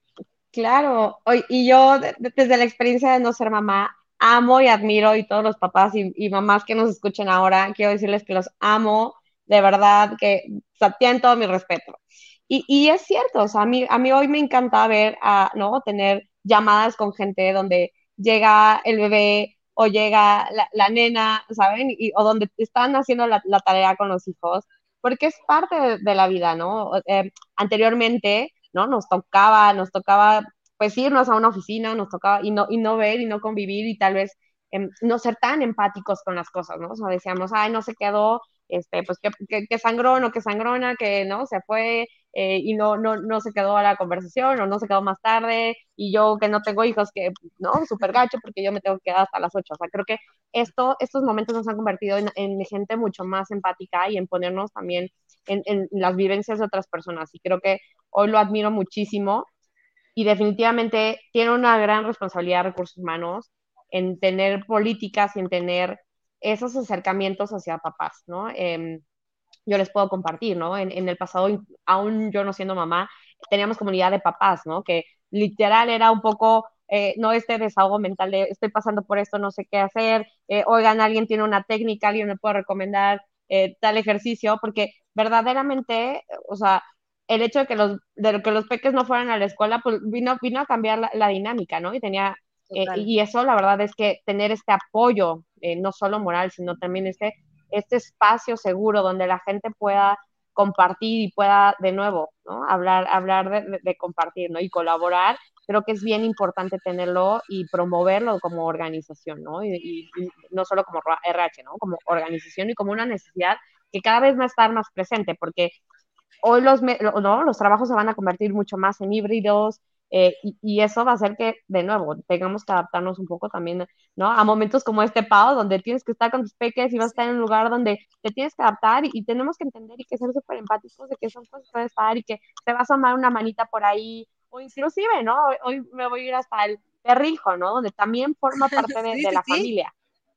Claro, hoy, y yo de- de- desde la experiencia de no ser mamá, amo y admiro y todos los papás y, y mamás que nos escuchen ahora, quiero decirles que los amo, de verdad, que o sea, tienen todo mi respeto. Y, y es cierto, o sea, a mí, a mí hoy me encanta ver, a, ¿no? Tener llamadas con gente donde llega el bebé o llega la, la nena, ¿saben? Y, o donde están haciendo la, la tarea con los hijos, porque es parte de, de la vida, ¿no? Eh, anteriormente, ¿no? Nos tocaba, nos tocaba pues irnos a una oficina, nos tocaba y no, y no ver y no convivir y tal vez eh, no ser tan empáticos con las cosas, ¿no? O sea, decíamos, ay, no se quedó, este, pues que, que, que sangrón o que sangrona, que no, se fue eh, y no, no, no se quedó a la conversación o no se quedó más tarde y yo que no tengo hijos, que, ¿no? Súper gacho porque yo me tengo que quedar hasta las ocho. O sea, creo que esto, estos momentos nos han convertido en, en gente mucho más empática y en ponernos también en, en las vivencias de otras personas. Y creo que hoy lo admiro muchísimo y definitivamente tiene una gran responsabilidad de recursos humanos en tener políticas y en tener esos acercamientos hacia papás, ¿no? Eh, yo les puedo compartir, ¿no? En, en el pasado, aún yo no siendo mamá, teníamos comunidad de papás, ¿no? Que literal era un poco, eh, no este desahogo mental de estoy pasando por esto, no sé qué hacer, eh, oigan, alguien tiene una técnica, alguien me puede recomendar eh, tal ejercicio, porque verdaderamente, o sea, el hecho de que los, de que los peques no fueran a la escuela, pues vino, vino a cambiar la, la dinámica, ¿no? Y tenía, eh, Total. y eso la verdad es que tener este apoyo, eh, no solo moral, sino también este este espacio seguro donde la gente pueda compartir y pueda de nuevo, ¿no? Hablar, hablar de, de, de compartir, ¿no? Y colaborar, creo que es bien importante tenerlo y promoverlo como organización, ¿no? Y, y, y no solo como R H, ¿no? Como organización y como una necesidad que cada vez va a estar más presente, porque hoy los, ¿no? Los trabajos se van a convertir mucho más en híbridos, eh, y, y, eso va a hacer que, de nuevo, tengamos que adaptarnos un poco también, ¿no? A momentos como este, Pau, donde tienes que estar con tus peques y vas a estar en un lugar donde te tienes que adaptar y, y tenemos que entender y que ser súper empáticos de que son cosas que pueden estar y que te vas a amar una manita por ahí, o inclusive, ¿no? Hoy, hoy me voy a ir hasta el perrijo, ¿no? Donde también forma parte de, Sí, de sí, la sí. familia.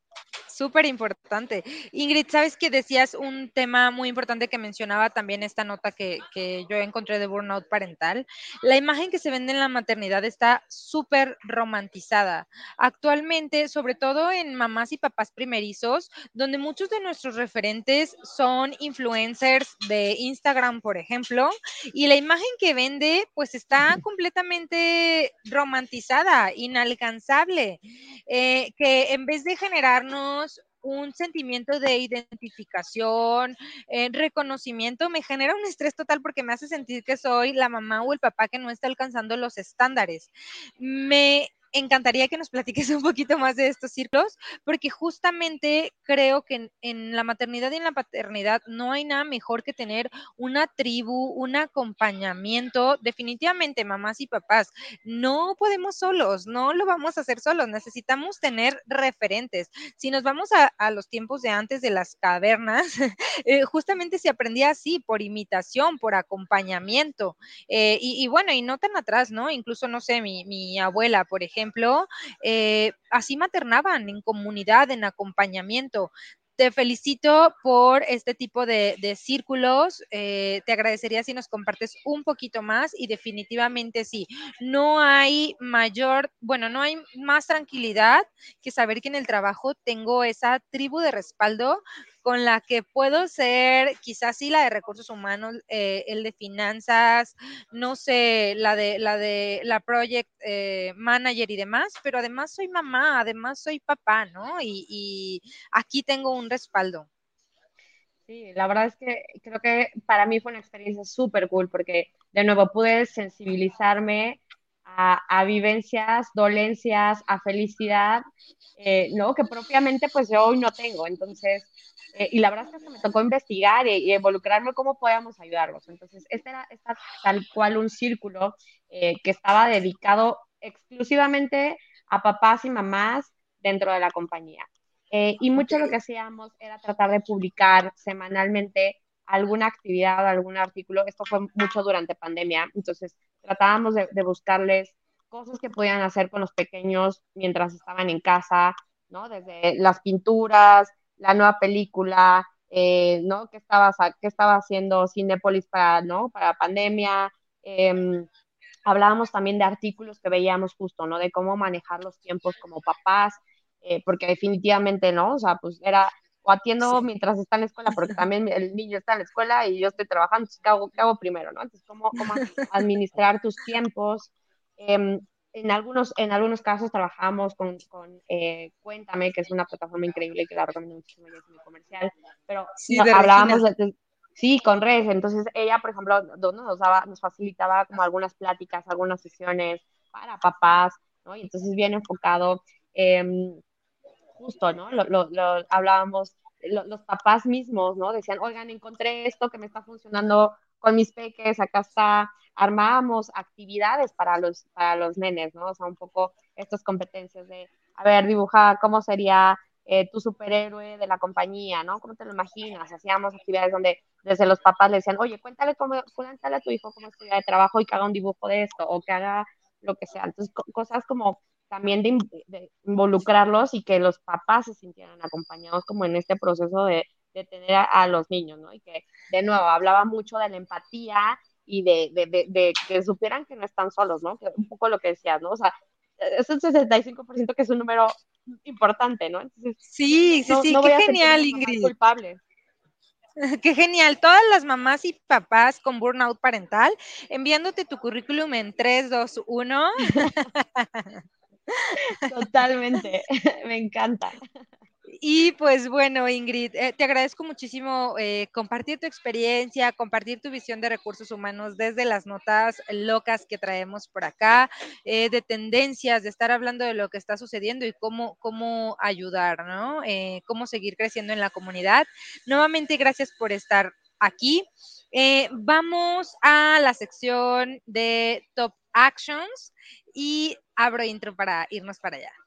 Súper importante. Ingrid, ¿sabes que decías un tema muy importante que mencionaba también esta nota que, que yo encontré de burnout parental? La imagen que se vende en la maternidad está súper romantizada. Actualmente, sobre todo en mamás y papás primerizos, donde muchos de nuestros referentes son influencers de Instagram, por ejemplo, y la imagen que vende pues está completamente romantizada, inalcanzable, eh, que en vez de generarnos un sentimiento de identificación, eh, reconocimiento, me genera un estrés total porque me hace sentir que soy la mamá o el papá que no está alcanzando los estándares. Me encantaría que nos platiques un poquito más de estos círculos, porque justamente creo que en, en la maternidad y en la paternidad no hay nada mejor que tener una tribu, un acompañamiento. Definitivamente, mamás y papás, no podemos solos, no lo vamos a hacer solos, necesitamos tener referentes. Si nos vamos a, a los tiempos de antes de las cavernas, eh, justamente se aprendía así, por imitación, por acompañamiento. Eh, y, y, bueno, y no tan atrás, ¿no? Incluso, no sé, mi, mi abuela, por ejemplo, eh, así maternaban en comunidad, en acompañamiento. Te felicito por este tipo de, de círculos. Eh, te agradecería si nos compartes un poquito más y definitivamente sí, no hay mayor, bueno, no hay más tranquilidad que saber que en el trabajo tengo esa tribu de respaldo con la que puedo ser, quizás sí la de recursos humanos, eh, el de finanzas, no sé, la de la de la project eh, manager y demás, pero además soy mamá, además soy papá, ¿no? Y, y aquí tengo un respaldo. Sí, la verdad es que creo que para mí fue una experiencia súper cool porque de nuevo pude sensibilizarme a, a vivencias, dolencias, a felicidad, eh, ¿no? Que propiamente pues yo hoy no tengo. Entonces, eh, y la verdad es que hasta me tocó investigar y, y involucrarme cómo podíamos ayudarlos. Entonces, este era, esta, tal cual un círculo eh, que estaba dedicado exclusivamente a papás y mamás dentro de la compañía. Eh, y Ok. mucho lo que hacíamos era tratar de publicar semanalmente alguna actividad o algún artículo. Esto fue mucho durante pandemia, entonces tratábamos de, de buscarles cosas que podían hacer con los pequeños mientras estaban en casa, ¿no? Desde las pinturas, la nueva película, eh, ¿no? ¿Qué estaba, qué estaba haciendo Cinépolis para, ¿no? Para pandemia? Eh, Hablábamos también de artículos que veíamos justo, ¿no? De cómo manejar los tiempos como papás, eh, porque definitivamente, ¿no? O sea, pues era, o atiendo Sí. mientras está en la escuela, porque también el niño está en la escuela y yo estoy trabajando, entonces, ¿qué hago, qué hago primero, ¿no? Entonces, ¿cómo, cómo administrar tus tiempos? Eh, en algunos, en algunos casos trabajamos con, con eh, Cuéntame, que es una plataforma increíble que la recomiendo muchísimo, ya es mi comercial, pero Sí, no, de Regina. hablábamos de, de Sí, con redes. Entonces ella, por ejemplo, no- nos daba, nos facilitaba como algunas pláticas, algunas sesiones para papás, ¿no? Y entonces bien enfocado, em, justo, ¿no? Lo, lo, lo hablábamos, lo- los papás mismos, ¿no? Decían, oigan, encontré esto que me está funcionando con mis peques, acá está. Armábamos actividades para los, para los nenes, ¿no? O sea, un poco estas competencias de, a ver, dibuja cómo sería eh, tu superhéroe de la compañía, ¿no? ¿Cómo te lo imaginas? Hacíamos actividades donde desde los papás le decían, oye, cuéntale, cómo, cuéntale a tu hijo cómo es tu día de trabajo y que haga un dibujo de esto o que haga lo que sea. Entonces, co- cosas como también de, de involucrarlos y que los papás se sintieran acompañados como en este proceso de, de tener a, a, los niños, ¿no? Y que, de nuevo, hablaba mucho de la empatía y de, de, de, de que supieran que no están solos, ¿no? Que un poco lo que decías, ¿no? O sea, es un sesenta y cinco por ciento que es un número importante, ¿no? Entonces, no, no, Sí, sí, no, sí, no qué voy a sentir genial, a mi mamá Ingrid. culpable. Qué genial. Todas las mamás y papás con burnout parental, enviándote tu currículum en tres, dos, uno. Totalmente, me encanta. Y pues bueno, Ingrid, eh, te agradezco muchísimo eh, compartir tu experiencia, compartir tu visión de recursos humanos desde las notas locas que traemos por acá, eh, de tendencias, de estar hablando de lo que está sucediendo y cómo, cómo ayudar, ¿no? Eh, cómo seguir creciendo en la comunidad. Nuevamente, gracias por estar aquí. Eh, vamos a la sección de Top Actions y abro intro para irnos para allá.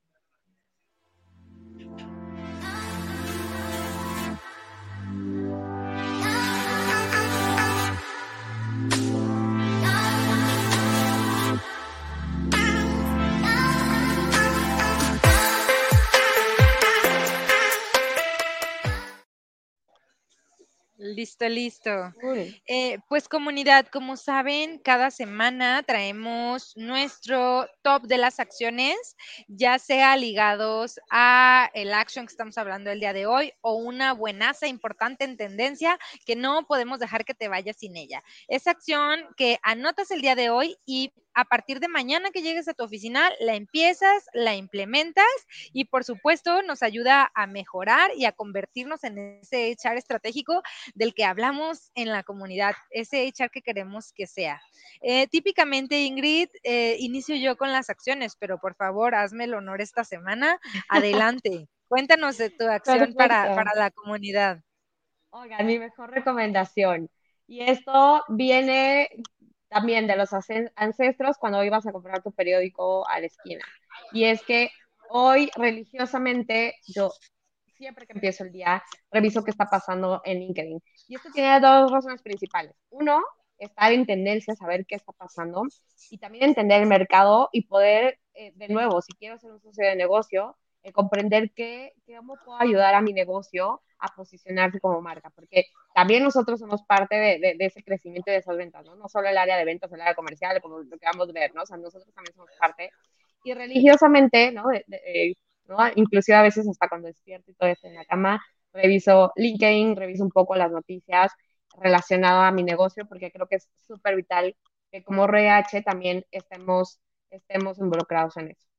Listo, listo. Cool. Eh, pues comunidad, como saben, cada semana traemos nuestro top de las acciones, ya sea ligados a el action que estamos hablando el día de hoy o una buenaza importante en tendencia que no podemos dejar que te vayas sin ella. Esa acción que anotas el día de hoy y a partir de mañana que llegues a tu oficina, la empiezas, la implementas y por supuesto nos ayuda a mejorar y a convertirnos en ese H R estratégico del que hablamos en la comunidad, ese H R que queremos que sea. Eh, típicamente, Ingrid, eh, inicio yo con las acciones, pero por favor, hazme el honor esta semana. Adelante, cuéntanos de tu acción para, Perfecto. para la comunidad. Oigan, mi mejor recomendación. Y esto viene también de los ancestros cuando ibas a comprar tu periódico a la esquina. Y es que hoy religiosamente yo siempre que empiezo el día reviso qué está pasando en LinkedIn. Y esto tiene dos razones principales. Uno, estar en tendencia, saber qué está pasando y también entender el mercado y poder, eh, de nuevo, si quiero ser un socio de negocio, eh, comprender qué, cómo puedo ayudar a mi negocio a posicionarse como marca, porque también nosotros somos parte de, de, de ese crecimiento y de esas ventas, ¿no? No solo el área de ventas, el área comercial, como lo que vamos a ver, ¿no? O sea, nosotros también somos parte. Y religiosamente, ¿no? De, de, eh, ¿no? Inclusive a veces hasta cuando despierto y todo esto en la cama, reviso LinkedIn, reviso un poco las noticias relacionadas a mi negocio, porque creo que es súper vital que como R H también estemos, estemos involucrados en eso.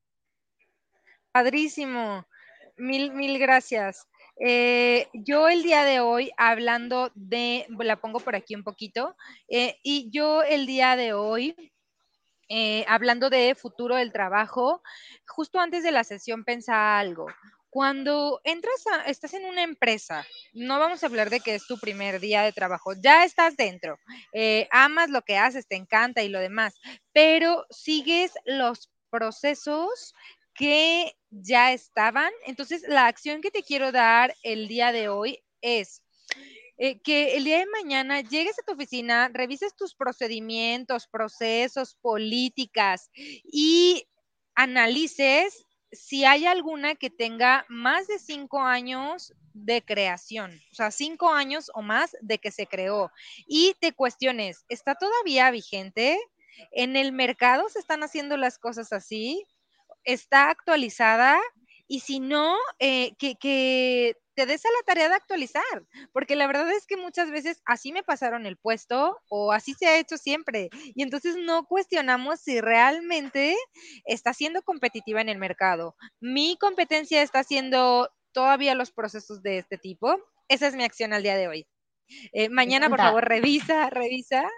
Padrísimo. Mil, mil gracias. Eh, yo el día de hoy, hablando de, la pongo por aquí un poquito, eh, y yo el día de hoy eh, hablando de futuro del trabajo, justo antes de la sesión pensaba algo. Cuando entras a, estás en una empresa, no vamos a hablar de que es tu primer día de trabajo, ya estás dentro, eh, amas lo que haces, te encanta y lo demás, pero sigues los procesos que ya estaban. Entonces, la acción que te quiero dar el día de hoy es eh, que el día de mañana llegues a tu oficina, revises tus procedimientos, procesos, políticas y analices si hay alguna que tenga más de cinco años de creación, o sea, cinco años o más de que se creó, y te cuestiones, ¿está todavía vigente? ¿En el mercado se están haciendo las cosas así? ¿Está actualizada? Y si no, eh, que, que te des a la tarea de actualizar, porque la verdad es que muchas veces así me pasaron el puesto o así se ha hecho siempre. Y entonces no cuestionamos si realmente está siendo competitiva en el mercado. Mi competencia está haciendo todavía los procesos de este tipo. Esa es mi acción al día de hoy. Eh, Me mañana, por encanta. favor, revisa, revisa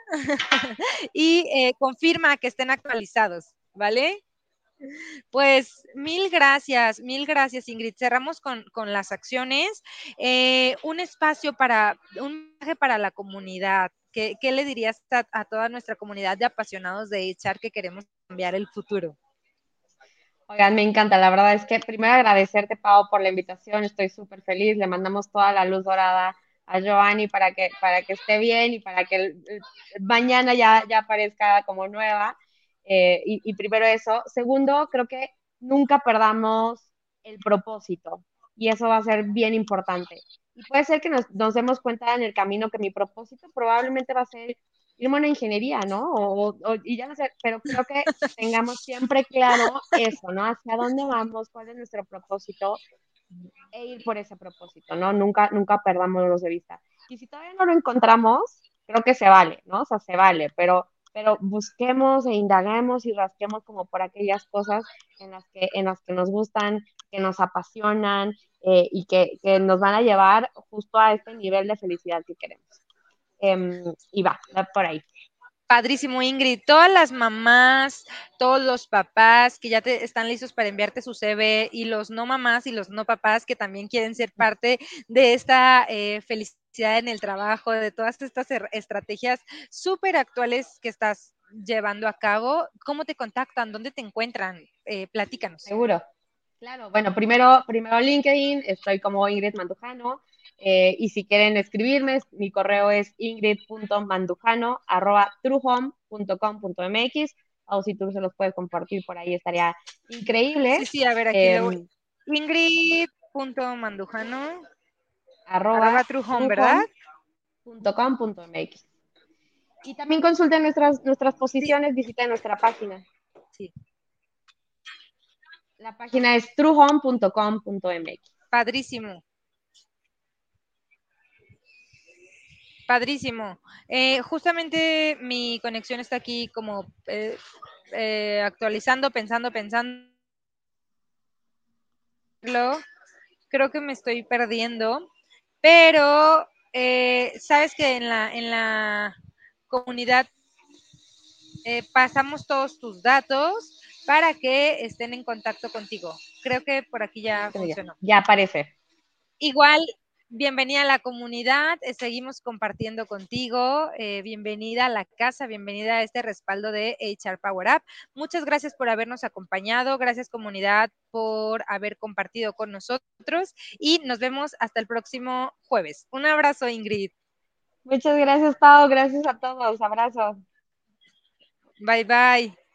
y eh, confirma que estén actualizados, ¿vale? Pues mil gracias, mil gracias, Ingrid. Cerramos con, con las acciones. Eh, un espacio para, un viaje para la comunidad. ¿Qué, qué le dirías a, a toda nuestra comunidad de apasionados de H R que queremos cambiar el futuro? Oigan, me encanta. La verdad es que primero agradecerte, Pau, por la invitación. Estoy súper feliz. Le mandamos toda la luz dorada a Joanny para que, para que esté bien y para que el- el- mañana ya, ya aparezca como nueva. Eh, y, y primero eso. Segundo, creo que nunca perdamos el propósito. Y eso va a ser bien importante. Y puede ser que nos, nos demos cuenta en el camino que mi propósito probablemente va a ser irme a una ingeniería, ¿no? O, o- y ya no sé, pero creo que tengamos siempre claro eso, ¿no? Hacia dónde vamos, cuál es nuestro propósito e ir por ese propósito, ¿no? Nunca, nunca perdamos de vista. Y si todavía no lo encontramos, creo que se vale, ¿no? O sea, se vale, pero, pero busquemos e indaguemos y rasquemos como por aquellas cosas en las que, en las que nos gustan, que nos apasionan eh, y que, que nos van a llevar justo a este nivel de felicidad que queremos. Em, y va, va por ahí. Padrísimo, Ingrid. Todas las mamás, todos los papás que ya te están listos para enviarte su C V y los no mamás y los no papás que también quieren ser parte de esta eh, felicidad en el trabajo, de todas estas er- estrategias súper actuales que estás llevando a cabo. ¿Cómo te contactan? ¿Dónde te encuentran? Eh, platícanos. Seguro. Claro, bueno, primero, primero LinkedIn, estoy como Ingrid Mandujano, eh, y si quieren escribirme, mi correo es ingrid.mandujano arroba truehome punto com punto mx, o si tú se los puedes compartir por ahí estaría increíble, Sí, sí, a ver, aquí lo voy. eh, Ingrid.mandujano, arroba arroba True Home, ¿verdad? truehome punto com punto mx. Y también consulten nuestras, nuestras Sí, posiciones, visiten nuestra página. sí. La página es truehome punto com punto mx. Padrísimo. Padrísimo. Eh, justamente mi conexión está aquí como eh, eh, actualizando, pensando, pensando. Creo que me estoy perdiendo, pero eh, sabes que en la, en la comunidad eh, pasamos todos tus datos para que estén en contacto contigo. Creo que por aquí ya funcionó. Ya aparece. Igual, bienvenida a la comunidad, eh, seguimos compartiendo contigo, eh, bienvenida a la casa, bienvenida a este respaldo de H R Power Up. Muchas gracias por habernos acompañado, gracias comunidad por haber compartido con nosotros y nos vemos hasta el próximo jueves. Un abrazo, Ingrid. Muchas gracias, Pau. Gracias a todos. Abrazos. Bye bye.